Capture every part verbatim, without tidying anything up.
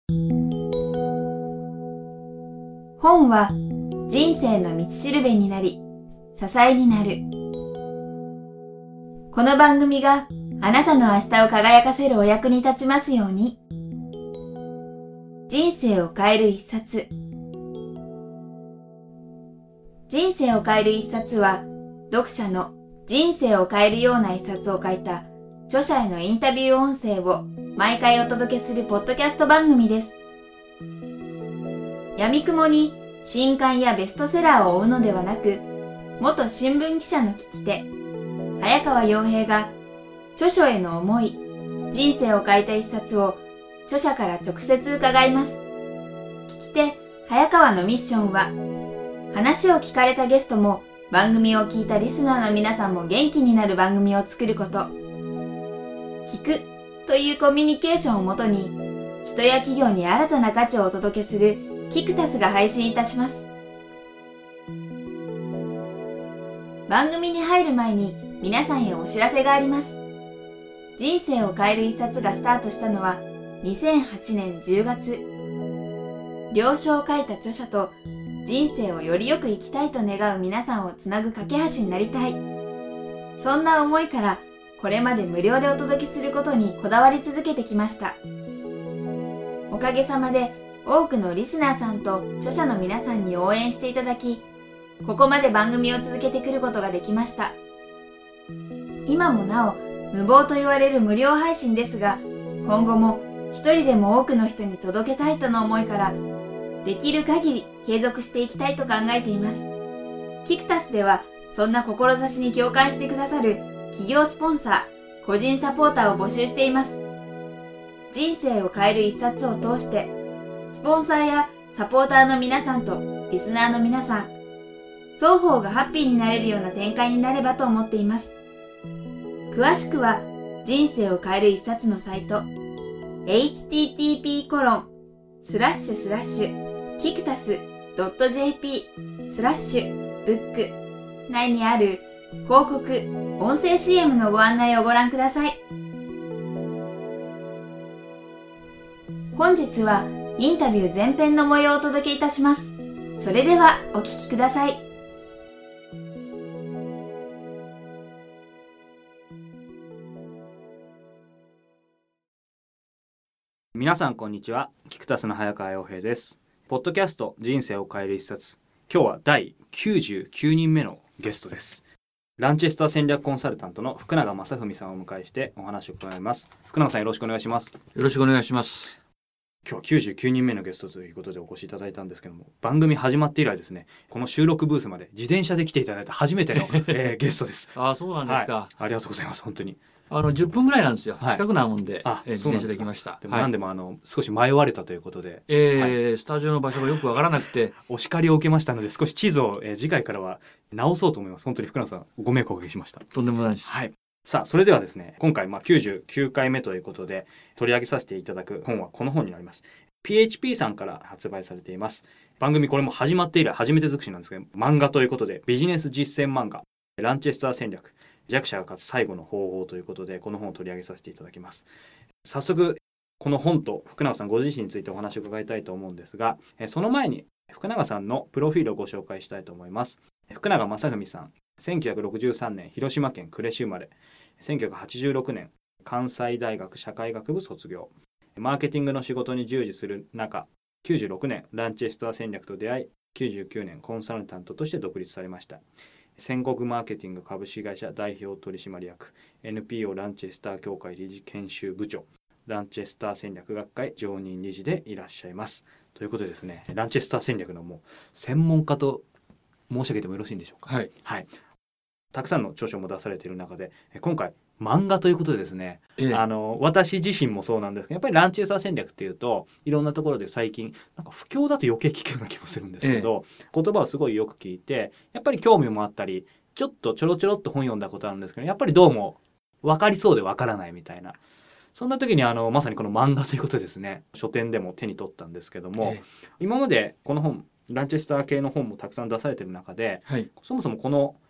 本は人生の道しるべになり、支えになる。この番組があなたの明日を輝かせるお役に立ちますように。人生を変える一冊。人生を変える一冊は、読者の人生を変えるような一冊を書いた著者へのインタビュー音声を毎回お届けするポッドキャスト番組です。闇雲に新刊やベストセラーを追うのではなく、元新聞記者の聞き手、早川洋平が著書への思い、人生を変えた一冊を著者から直接伺います。聞き手、早川のミッションは、話を聞かれたゲストも番組を聞いたリスナーの皆さんも元気になる番組を作ること。聞くというコミュニケーションをもとに、人や企業に新たな価値をお届けするキクタスが配信いたします。番組に入る前に皆さんへお知らせがあります。人生を変える一冊がスタートしたのはにせんはちねんじゅうがつ。了承を書いた著者と人生をよりよく生きたいと願う皆さんをつなぐ架け橋になりたい。そんな思いからこれまで無料でお届けすることにこだわり続けてきました。おかげさまで多くのリスナーさんと著者の皆さんに応援していただき、ここまで番組を続けてくることができました。今もなお無謀と言われる無料配信ですが、今後も一人でも多くの人に届けたいとの思いから、できる限り継続していきたいと考えています。キクタスではそんな志に共感してくださる企業スポンサー、個人サポーターを募集しています。人生を変える一冊を通して、スポンサーやサポーターの皆さんとリスナーの皆さん、双方がハッピーになれるような展開になればと思っています。詳しくは人生を変える一冊のサイト エイチティーティーピーコロンスラッシュスラッシュキクタスドットジェーピースラッシュブック内にある広告、音声 シーエム のご案内をご覧ください。本日はインタビュー前編の模様をお届けいたします。それではお聞きください。 皆さんこんにちは。キクタスの早川洋平です。ポッドキャスト人生を変える一冊、今日はだいきゅうじゅうきゅうにんめのゲストです。ランチェスター戦略コンサルタントの福永正文さんをお迎えしてお話を伺います。福永さん、よろしくお願いします。 よろしくお願いします。 今日はきゅうじゅうきゅうにんめのゲストということでお越しいただいたんですけども、番組始まって以来ですね、この収録ブースまで自転車で来ていただいた初めての、えー、ゲストです。 ああ、そうなんですか、 はい、ありがとうございます。本当にあのじゅっぷんぐらいなんですよ、 はい、 近くなもんで、 あ、 えー、自転車で来ました。 でも何でもあの、はい、少し迷われたということで、 えーはい、スタジオの場所がよくわからなくてお叱りを受けましたので、少し地図を、えー、次回からは直そうと思います。本当に福永さん、ご迷惑をおかけしました。 とんでもないです。 はい、さあそれではですね、今回まあきゅうじゅうきゅうかいめということで取り上げさせていただく本はこの本になります。 ピーエイチピー さんから発売されています。番組これも始まって以来初めて尽くしなんですけど、漫画ということでビジネス実践漫画ランチェスター戦略、弱者が勝つ最後の方法ということで、この本を取り上げさせていただきます。早速この本と福永さんご自身についてお話を伺いたいと思うんですが、その前に福永さんのプロフィールをご紹介したいと思います。福永正文さん、せんきゅうひゃくろくじゅうさんねん広島県呉市生まれ、せんきゅうひゃくはちじゅうろくねん関西大学社会学部卒業。マーケティングの仕事に従事する中、きゅうじゅうろくねんランチェスター戦略と出会い、きゅうじゅうきゅうねんコンサルタントとして独立されました。戦国マーケティング株式会社代表取締役、 エヌピーオー ランチェスター協会理事研修部長、ランチェスター戦略学会常任理事でいらっしゃいます。ということでですね、ランチェスター戦略のもう専門家と申し上げてもよろしいんでしょうか。 はい、 はい、たくさんの著書も出されている中で、今回漫画ということでですね、ええ、あの私自身もそうなんですけど、やっぱりランチェスター戦略っていうといろんなところで最近なんか不況だと余計聞くような気もするんですけど、ええ、言葉をすごいよく聞いて、やっぱり興味もあったり、ちょっとちょろちょろっと本読んだことあるんですけど、やっぱりどうも分かりそうで分からないみたいな、そんな時にあのまさにこの漫画ということですね、書店でも手に取ったんですけども、ええ、今までこの本ランチェスター系の本もたくさん出されている中で、はい、そもそもこの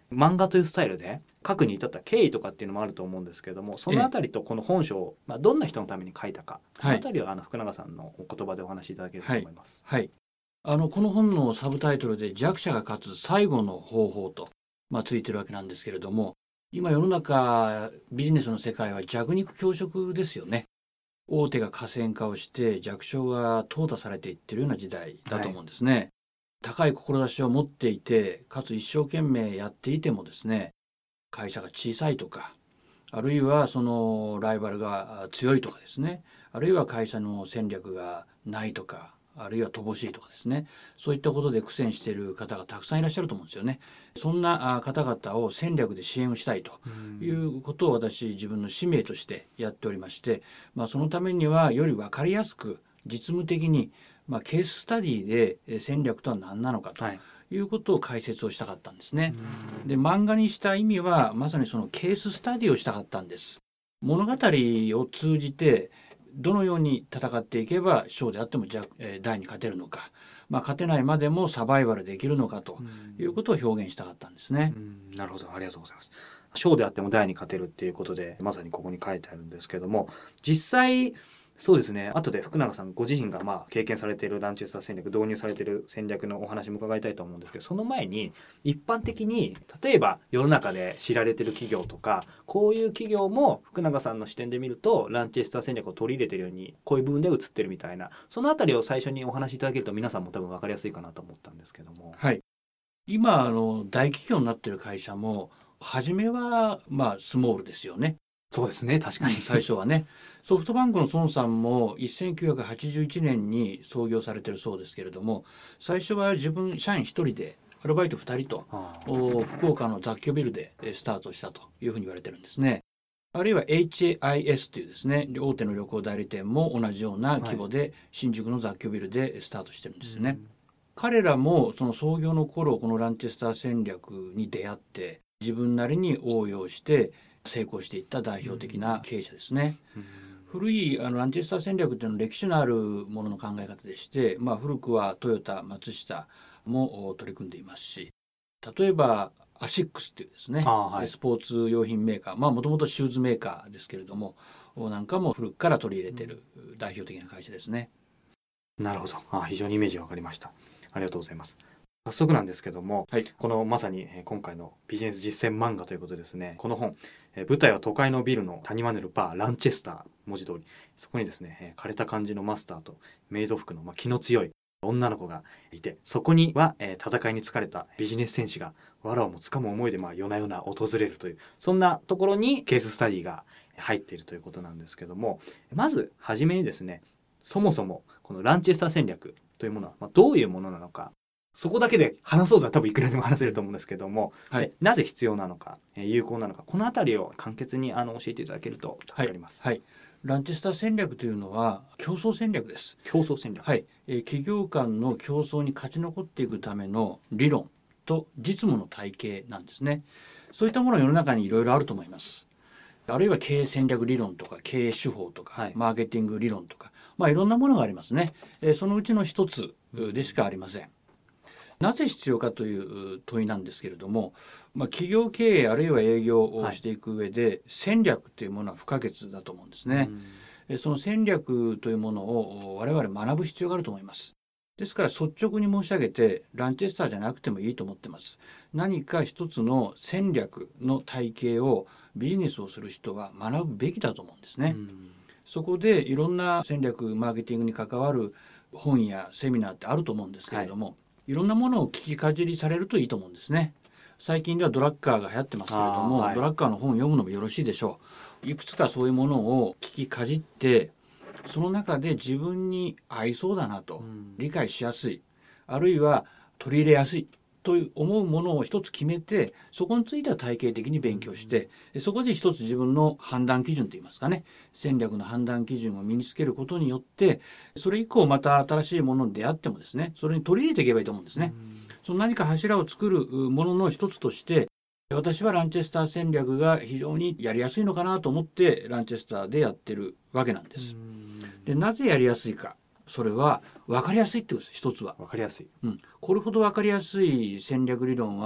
漫画というスタイルで書くに至った経緯とかっていうのもあると思うんですけれども、そのあたりとこの本書を、まあ、どんな人のために書いたか、 はい、 そのあたりはあの福永さんのお言葉でお話しいただけると思います。 はい、はい、あのこの本のサブタイトルで弱者が勝つ最後の方法と、まあ、ついてるわけなんですけれども、今世の中ビジネスの世界は弱肉強食ですよね。大手が寡占化をして弱小が淘汰されていってるような時代だと思うんですね、はい、高い志を持っていてかつ一生懸命やっていてもですね、会社が小さいとか、あるいはそのライバルが強いとかですね、あるいは会社の戦略がないとか、あるいは乏しいとかですね、そういったことで苦戦している方がたくさんいらっしゃると思うんですよね。そんな方々を戦略で支援をしたいということを私自分の使命としてやっておりまして、まあ、そのためにはより分かりやすく実務的に、まあ、ケーススタディで戦略とは何なのかということを解説をしたかったんですね。で、漫画にした意味はまさにそのケーススタディをしたかったんです。物語を通じてどのように戦っていけば小であっても大に勝てるのか、まあ、勝てないまでもサバイバルできるのかということを表現したかったんですね。 うん、なるほど、ありがとうございます。小であっても大に勝てるっていうことでまさにここに書いてあるんですけども、実際そうですね、後で福永さんご自身がまあ経験されているランチェスター戦略、導入されている戦略のお話も伺いたいと思うんですけど、その前に一般的に例えば世の中で知られている企業とか、こういう企業も福永さんの視点で見るとランチェスター戦略を取り入れているようにこういう部分で映ってるみたいな、そのあたりを最初にお話しいただけると皆さんも多分分かりやすいかなと思ったんですけども。 はい、今あの大企業になっている会社も初めはまあスモールですよね。 そうですね、確かに最初はね。ソフトバンクの孫さんもせんきゅうひゃくはちじゅういちねんに創業されているそうですけれども、最初は自分社員ひとりでアルバイトふたりと福岡の雑居ビルでスタートしたというふうに言われてるんですね。あるいは エイチエーアイエス というですね、大手の旅行代理店も同じような規模で新宿の雑居ビルでスタートしてるんですよね、はい、彼らもその創業の頃このランチェスター戦略に出会って自分なりに応用して成功していった代表的な経営者ですね、うん、古いあのランチェスター戦略というのは歴史のあるものの考え方でして、まあ、古くはトヨタ、松下も取り組んでいますし、例えばアシックスっていうですね、はい、スポーツ用品メーカー、まあもともとシューズメーカーですけれどもなんかも古くから取り入れている代表的な会社ですね。 なるほど、あ、非常にイメージが分かりました。ありがとうございます。早速なんですけども、はい、このまさに今回のビジネス実践漫画ということでですね、この本、舞台は都会のビルの谷間にあるバーランチェスター、文字通りそこにですね、枯れた感じのマスターとメイド服の、まあ、気の強い女の子がいて、そこには、えー、戦いに疲れたビジネス戦士が藁をもつかむ思いで、まあ、夜な夜な訪れるという、そんなところにケーススタディが入っているということなんですけども、まずはじめにですね、そもそもこのランチェスター戦略というものは、まあ、どういうものなのか、そこだけで話そうとは多分いくらでも話せると思うんですけども、はい、なぜ必要なのか、有効なのか、このあたりを簡潔にあの教えていただけると助かります。 はいはい、ランチェスター戦略というのは競争戦略です。 競争戦略、 はい、えー、企業間の競争に勝ち残っていくための理論と実務の体系なんですね。そういったものは世の中にいろいろあると思います。あるいは経営戦略理論とか経営手法とか、はい、マーケティング理論とか、まあ、いろんなものがありますね、えー、そのうちの一つでしかありません。なぜ必要かという問いなんですけれども、まあ、企業経営あるいは営業をしていく上で、はい、戦略というものは不可欠だと思うんですね。その戦略というものを我々学ぶ必要があると思います。ですから率直に申し上げてランチェスターじゃなくてもいいと思ってます。何か一つの戦略の体系をビジネスをする人は学ぶべきだと思うんですね。そこでいろんな戦略マーケティングに関わる本やセミナーってあると思うんですけれども、はい、いろんなものを聞きかじりされるといいと思うんですね。最近ではドラッカーが流行ってますけれども、はい、ドラッカーの本を読むのもよろしいでしょう。いくつかそういうものを聞きかじってその中で自分に合いそうだなと、うん、理解しやすい、あるいは取り入れやすいと思うものを一つ決めて、そこについては体系的に勉強して、うん、そこで一つ自分の判断基準といいますかね、戦略の判断基準を身につけることによって、それ以降また新しいものに出会ってもですね、それに取り入れていけばいいと思うんですね。うん、その何か柱を作るものの一つとして、私はランチェスター戦略が非常にやりやすいのかなと思ってランチェスターでやってるわけなんです。で、なぜやりやすいか、それは分かりやすいってことです。一つは分かりやすい、 うん、これほど分かりやすい戦略理論は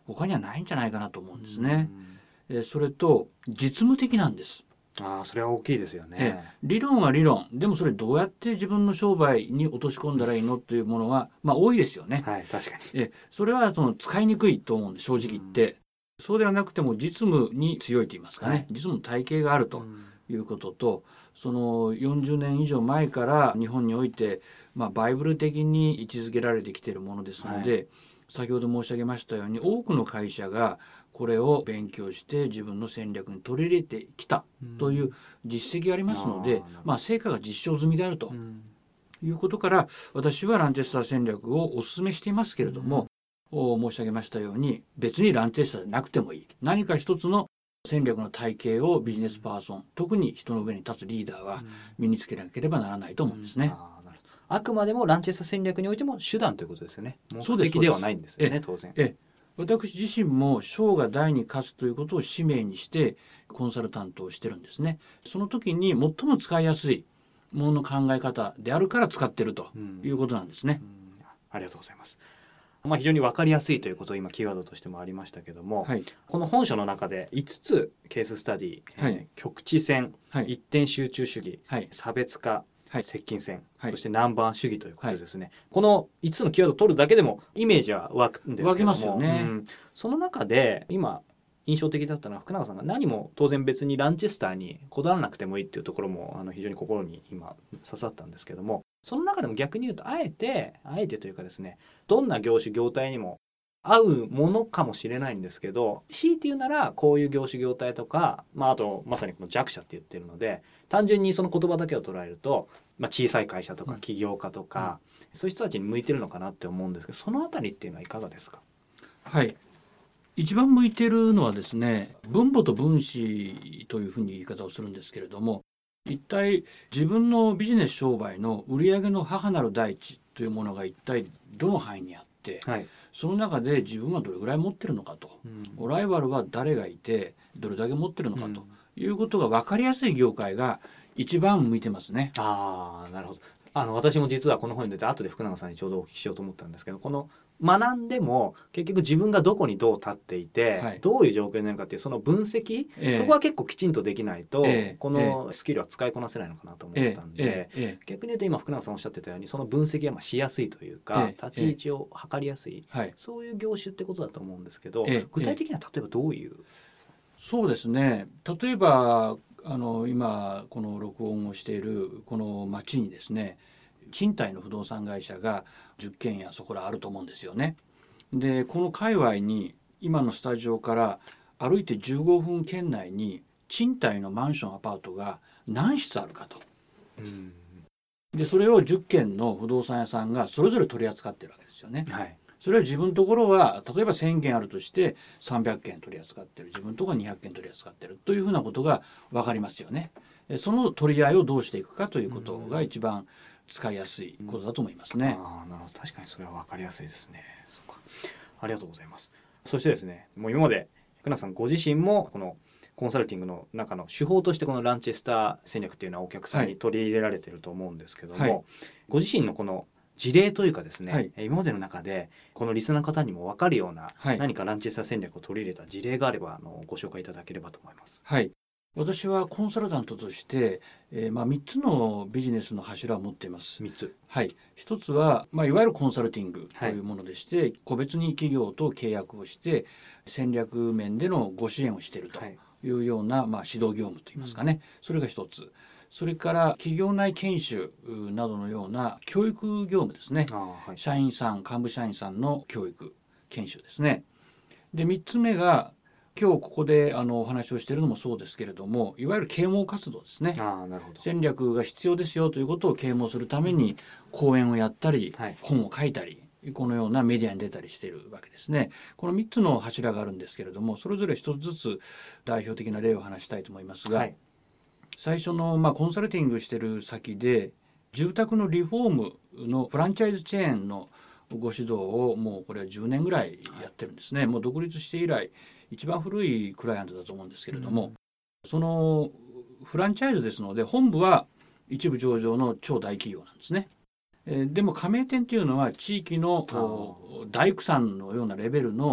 他にはないんじゃないかなと思うんですね。えそれと実務的なんです。 ああ、それは大きいですよね。 え理論は理論でもそれどうやって自分の商売に落とし込んだらいいのっていうものは、まあ、多いですよね。 はい、確かに。 えそれはその使いにくいと思うんで正直言って、そうではなくても実務に強いと言いますかね、はい、実務の体系があるということと、そのよんじゅうねん以上前から日本において、まあ、バイブル的に位置づけられてきているものですので、はい、先ほど申し上げましたように多くの会社がこれを勉強して自分の戦略に取り入れてきたという実績がありますので、うん、まあ、成果が実証済みであるということから、私はランチェスター戦略をお勧めしていますけれども、うん、申し上げましたように別にランチェスターでなくてもいい、何か一つの戦略の体系をビジネスパーソン、特に人の上に立つリーダーは身につけなければならないと思うんですね。うん、ああくまでもランチェスター戦略においても手段ということですよね。目的ではないんですよね、当然。 ええ私自身も小が大に勝つということを使命にしてコンサルタントをしてるんですね。その時に最も使いやすいものの考え方であるから使ってるということなんですね。 うんうん、ありがとうございます。まあ、非常に分かりやすいということを今キーワードとしてもありましたけども、はい、この本書の中でいつつケーススタディ、はいえー、局地戦、はい、一点集中主義、はい、差別化、はい、接近戦、はい、そしてナンバー主義ということでですね、はい、このいつつのキーワードを取るだけでもイメージは湧くんですけども、湧きますよね。うん、その中で今印象的だったのは福永さんが何も当然別にランチェスターにこだわらなくてもいいっていうところもあの非常に心に今刺さったんですけども、その中でも逆に言うとあえてあえてというかですね、どんな業種業態にも合うものかもしれないんですけど、強いて言うならこういう業種業態とか、まあ、あとまさにこの弱者って言ってるので、単純にその言葉だけを捉えると、まあ、小さい会社とか起業家とか、うん、そういう人たちに向いてるのかなって思うんですけど、そのあたりっていうのはいかがですか？ はい、一番向いてるのはですね、分母と分子というふうに言い方をするんですけれども、一体自分のビジネス商売の売上の母なる大地というものが一体どの範囲にあって、はい、その中で自分はどれぐらい持ってるのかと、うん、ライバルは誰がいてどれだけ持ってるのかということが分かりやすい業界が一番向いてますね。 ああ、なるほど。あの私も実はこの本に出て後で福永さんにちょうどお聞きしようと思ったんですけど、この学んでも結局自分がどこにどう立っていて、はい、どういう状況になるかっていうその分析、えー、そこは結構きちんとできないと、えー、このスキルは使いこなせないのかなと思ったんで、えーえー、逆に言うと今福永さんおっしゃってたようにその分析がまあしやすいというか、えー、立ち位置を測りやすい、えー、そういう業種ってことだと思うんですけど、えー、具体的には例えばどういう、 そうですね、例えばあの今この録音をしているこの町にですね、賃貸の不動産会社がじゅっけんやそこらあると思うんですよね。でこの界隈に今のスタジオから歩いてじゅうごふん圏内に賃貸のマンションアパートが何室あるかと。うんでそれをじゅっけんの不動産屋さんがそれぞれ取り扱ってるわけですよね。はい、それは自分のところは例えばせんけんあるとしてさんびゃっけん取り扱ってる、自分のところはにひゃっけん取り扱ってるというふうなことが分かりますよね。その取り合いをどうしていくかということが一番使いやすいことだと思いますね。 うん、あなるほど、確かにそれは分かりやすいですね。そうか、ありがとうございます。そしてですね、もう今まで福永さんご自身もこのコンサルティングの中の手法としてこのランチェスター戦略っていうのはお客さんに取り入れられてると思うんですけども、はい、ご自身のこの事例というかですね、はい、今までの中でこのリスナーの方にも分かるような何かランチェスター戦略を取り入れた事例があればあのご紹介いただければと思います。 はい、私はコンサルタントとして、えーまあ、みっつのビジネスの柱を持っています。 みっつ、はい、 ひとつは、まあ、いわゆるコンサルティングというものでして、はい、個別に企業と契約をして戦略面でのご支援をしているというような、まあ、指導業務といいますかね、うん、それがひとつ。それから企業内研修などのような教育業務ですね。はい、社員さん、幹部社員さんの教育研修ですね。でみっつめが今日ここであのお話をしているのもそうですけれども、いわゆる啓蒙活動ですね。あ、なるほど。戦略が必要ですよということを啓蒙するために講演をやったり、はい、本を書いたり、このようなメディアに出たりしているわけですね。このみっつの柱があるんですけれども、それぞれひとつずつ代表的な例を話したいと思いますが、はい、最初の、まあ、コンサルティングしている先で住宅のリフォームのフランチャイズチェーンのご指導をもうこれはじゅうねんぐらいやってるんですね。もう独立して以来一番古いクライアントだと思うんですけれども、うん、そのフランチャイズですので本部は一部上場の超大企業なんですね。えー、でも加盟店というのは地域の大工さんのようなレベルの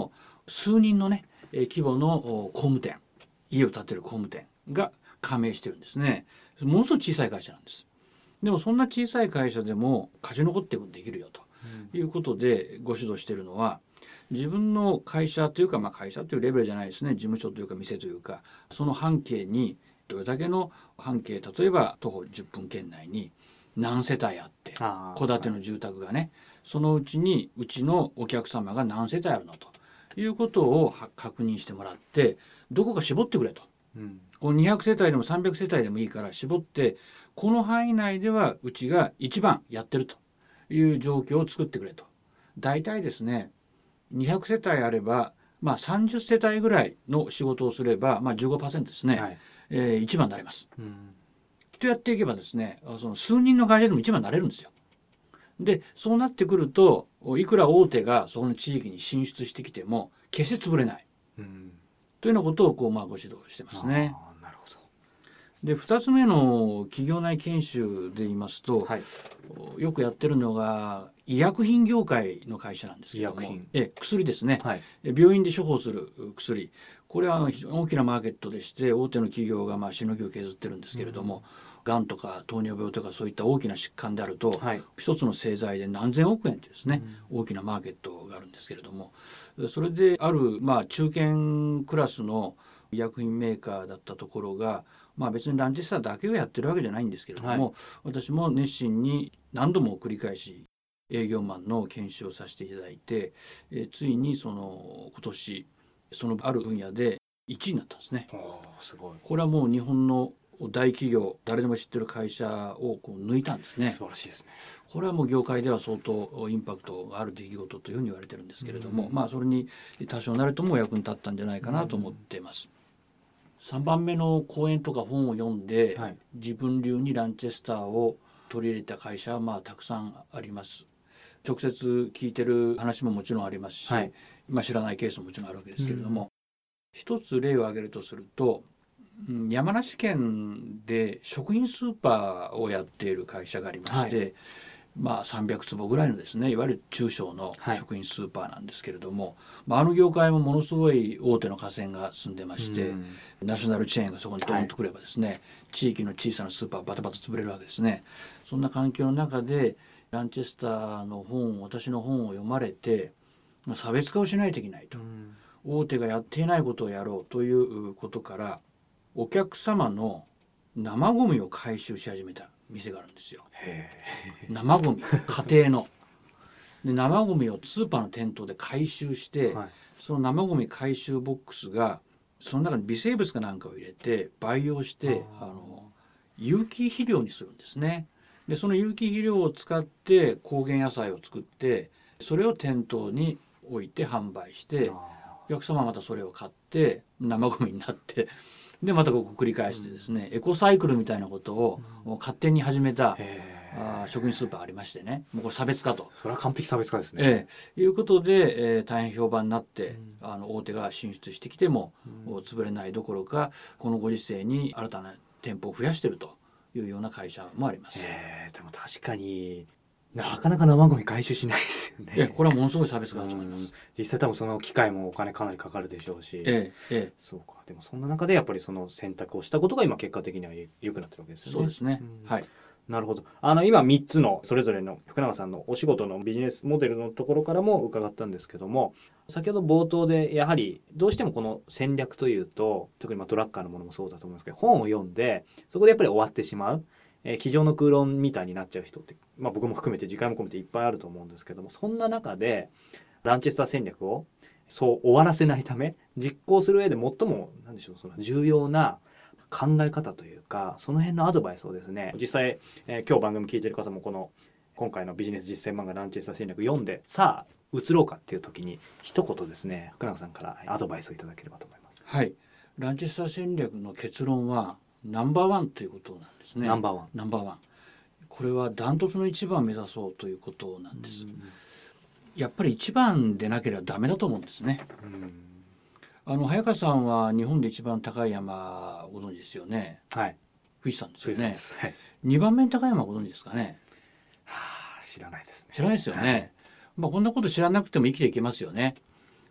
数人のね、えー規模のお工務店、家を建てる工務店が加盟してるんですね。ものすごい小さい会社なんです。でもそんな小さい会社でも勝ち残っていくことができるよということでご指導しているのは、自分の会社というか、まあ会社というレベルじゃないですね、事務所というか店というか、その半径にどれだけの半径、例えば徒歩じゅっぷん圏内に何世帯あって戸建ての住宅がね、そのうちにうちのお客様が何世帯あるのということを確認してもらって、どこか絞ってくれと、うん、このにひゃく世帯でもさんびゃく世帯でもいいから絞って、この範囲内ではうちが一番やってるという状況を作ってくれと。大体ですね、にひゃく世帯あれば、まあ、さんじゅっ世帯ぐらいの仕事をすれば、まあ、じゅうごパーセント ですね、はい、えー、一番になります、うん、とやっていけばですね、その数人の会社でも一番になれるんですよ。でそうなってくると、いくら大手がその地域に進出してきても決して潰れない、うん、というようなことをこう、まあ、ご指導してますね。 あ、なるほど。 でふたつめの企業内研修で言いますと、はい、よくやってるのが医薬品業界の会社なんですけども、え薬ですね、はい、病院で処方する薬、これは非常に大きなマーケットでして、大手の企業がまあしのぎを削ってるんですけれども、うん、がんとか糖尿病とかそういった大きな疾患であると、はい、一つの製剤で何千億円というですね、うん、大きなマーケットがあるんですけれども、それであるまあ中堅クラスの医薬品メーカーだったところが、まあ、別にランチェスターだけをやってるわけじゃないんですけれども、はい、私も熱心に何度も繰り返し営業マンの研修をさせていただいて、えついにその今年そのある分野でいちいになったんですね。 すごい。 これはもう日本の大企業、誰でも知ってる会社をこう抜いたんですね。 素晴らしいですね。 これはもう業界では相当インパクトがある出来事というふうに言われてるんですけれども、うん、まあそれに多少なりとも役に立ったんじゃないかなと思っています。うん、さんばんめの講演とか本を読んで、はい、自分流にランチェスターを取り入れた会社はまあたくさんあります。直接聞いてる話ももちろんありますし、はい、まあ、知らないケースももちろんあるわけですけれども、うん、一つ例を挙げるとすると、うん、山梨県で食品スーパーをやっている会社がありまして、はい、まあ、さんびゃく坪ぐらいのですね、いわゆる中小の食品スーパーなんですけれども、はい、まあ、あの業界もものすごい大手の河川が進んでまして、うん、ナショナルチェーンがそこにドーンとくればですね、はい、地域の小さなスーパーバタバタ潰れるわけですね。そんな環境の中でランチェスターの本、私の本を読まれて、まあ、差別化をしないといけないと、うん、大手がやっていないことをやろうということから、お客様の生ゴミを回収し始めた店があるんですよ。へ生ゴミ、家庭ので生ゴミをスーパーの店頭で回収して、はい、その生ゴミ回収ボックスがその中に微生物かなんかを入れて培養してあの有機肥料にするんですね。でその有機肥料を使って高原野菜を作って、それを店頭に置いて販売して、お客様はまたそれを買って生ゴミになってでまたここ繰り返してですね、うん、エコサイクルみたいなことを勝手に始めた、あ食品スーパーありましてね、もうこれ差別化と、 それは完璧差別化ですね、 ええ、いうことで、えー、大変評判になって、うん、あの大手が進出してきても、うん、潰れないどころか、このご時世に新たな店舗を増やしているというような会社もあります。 えー、でも確かになかなか生ゴミ回収しないですよね。 えこれはものすごい差別化だと思います。 実際多分その機械もお金かなりかかるでしょうし、 ええええ、 そうか。でもそんな中でやっぱりその選択をしたことが今結果的には良くなってるわけですよね。 そうですね、うん、はい。 なるほど。あの今みっつのそれぞれの福永さんのお仕事のビジネスモデルのところからも伺ったんですけども、先ほど冒頭でやはりどうしてもこの戦略というと、特にまあトラッカーのものもそうだと思いますけど、本を読んでそこでやっぱり終わってしまう、えー、机上の空論みたいになっちゃう人って、まあ、僕も含めて次回も込めていっぱいあると思うんですけども、そんな中でランチェスター戦略をそう終わらせないため、実行する上で最も何でしょう、その重要な考え方というか、その辺のアドバイスをですね、実際、えー、今日番組聞いてる方もこの今回のビジネス実践漫画ランチェスター戦略読んで、さあ移ろうかっていう時に一言ですね、福永さんからアドバイスをいただければと思います。 はい、ランチェスター戦略の結論はナンバーワンということなんですね。 ナンバーワン。 ナンバーワン。これはダントツの一番を目指そうということなんです。やっぱり一番でなければダメだと思うんですね。うん、あの早川さんは日本で一番高い山ご存知ですよね。 はい。 富士山ですよね。 はい、 にばんめに高い山ご存知ですかね。 はあ、知らないですね。 知らないですよね。まあこんなこと知らなくても生きていけますよね。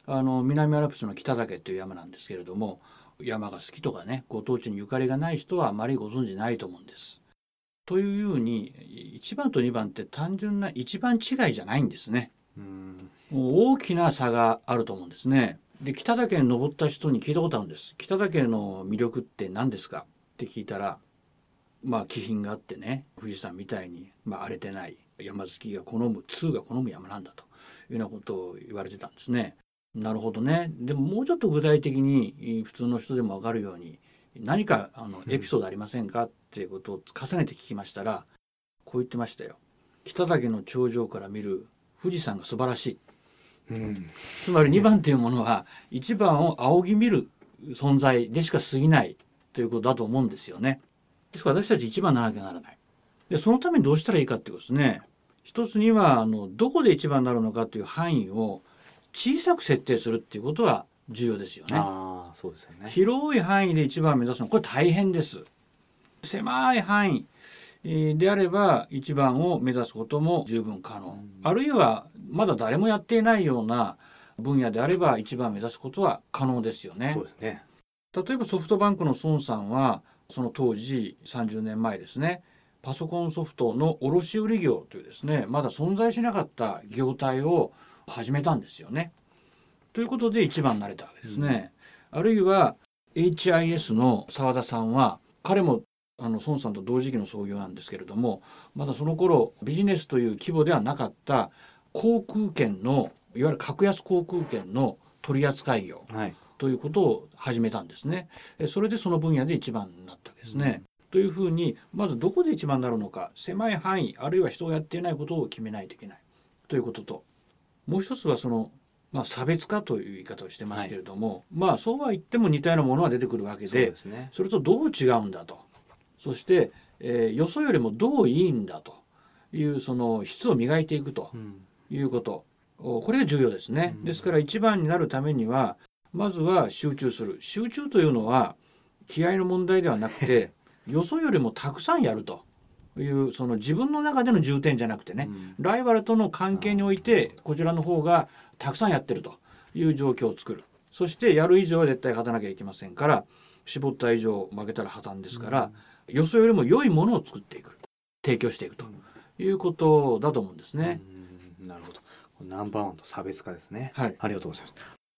あの南アルプスの北岳という山なんですけれども、山が好きとかね、ご当地にゆかりがない人はあまりご存じないと思うんです。というようにいちばんとにばんって単純ないちばん違いじゃないんですね。 うんもう大きな差があると思うんですね。で北岳に登った人に聞いたことあるんです。北岳の魅力って何ですかって聞いたら、まあ気品があってね、富士山みたいに、まあ、荒れてない山好きが好む通が好む山なんだというようなことを言われてたんですね。なるほどね。でももうちょっと具体的に普通の人でも分かるように何かあのエピソードありませんかっていうことを重ねて聞きましたら、こう言ってましたよ。北岳の頂上から見る富士山が素晴らしい。 うん、 つまりにばんというものはいちばんを仰ぎ見る存在でしか過ぎないということだと思うんですよね。ですから私たちいちばんにならなきゃならない。でそのためにどうしたらいいかっていうことですね。一つにはあのどこでいちばんになるのかという範囲を小さく設定するっていうことは重要ですよね。 ああ、そうですよね。 広い範囲でいちばんを目指すのこれ大変です。狭い範囲であればいちばんを目指すことも十分可能、うん、あるいはまだ誰もやっていないような分野であればいちばん目指すことは可能ですよね。 そうですね。 例えばソフトバンクの孫さんはその当時さんじゅうねんまえですね、パソコンソフトの卸売業というですね、まだ存在しなかった業態を始めたんですよね。ということでいちばんになれたわけですね、うん、あるいは エイチアイエス の澤田さんは彼もあの孫さんと同時期の創業なんですけれども、まだその頃ビジネスという規模ではなかった航空券のいわゆる格安航空券の取り扱い業ということを始めたんですね。それでその分野でいちばんになったわけですね、うん、というふうにまずどこでいちばんになるのか、狭い範囲あるいは人がやっていないことを決めないといけないということと、もう一つはその、まあ、差別化という言い方をしてますけれども、はい、まあそうは言っても似たようなものが出てくるわけ で, そ, です、ね、それとどう違うんだと、そして、えー、よそよりもどういいんだというその質を磨いていくということ、うん、これが重要ですね、うん、ですからいちばんになるためにはまずは集中する。集中というのは気合の問題ではなくてよそよりもたくさんやるというその自分の中での重点じゃなくてね、うん、ライバルとの関係においてこちらの方がたくさんやってるという状況を作る。そしてやる以上は絶対勝たなきゃいけませんから、絞った以上負けたら破綻ですから、うん、よそよりも良いものを作っていく、提供していくということだと思うんですね、 うん、なるほど。ナンバーワンと差別化ですね、 はい、 ありがとうございます。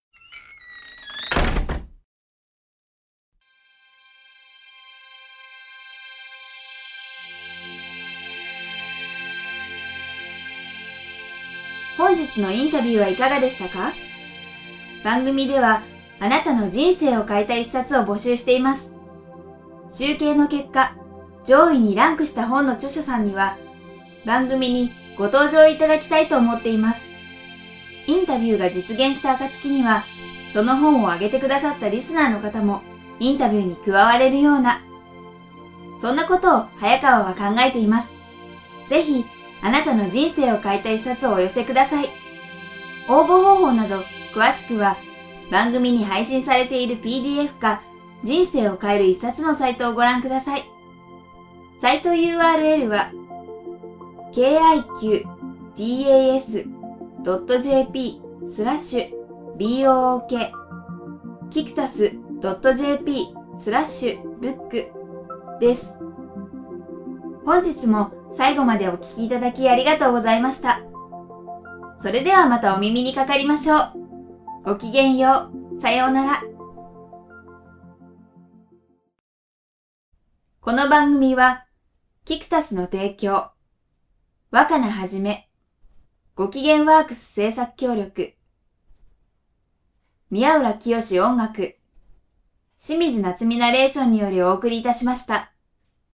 本日のインタビューはいかがでしたか？番組ではあなたの人生を変えた一冊を募集しています。集計の結果、上位にランクした本の著者さんには番組にご登場いただきたいと思っています。インタビューが実現した暁には、その本を挙げてくださったリスナーの方もインタビューに加われるような、そんなことを早川は考えています。ぜひ、あなたの人生を変えた一冊をお寄せください。応募方法など詳しくは番組に配信されている ピーディーエフ か人生を変える一冊のサイトをご覧ください。サイト ユーアールエル は ケーアイキューディーエーエスドットジェーピー スラッシュ ビーオーオーケー キクタス ドットジェーピー スラッシュブックです。本日も最後までお聞きいただきありがとうございました。それではまたお耳にかかりましょう。ごきげんよう。さようなら。この番組は、キクタスの提供、若菜はじめ、ごきげんワークス制作協力、宮浦清志音楽、清水夏美ナレーションによりお送りいたしました。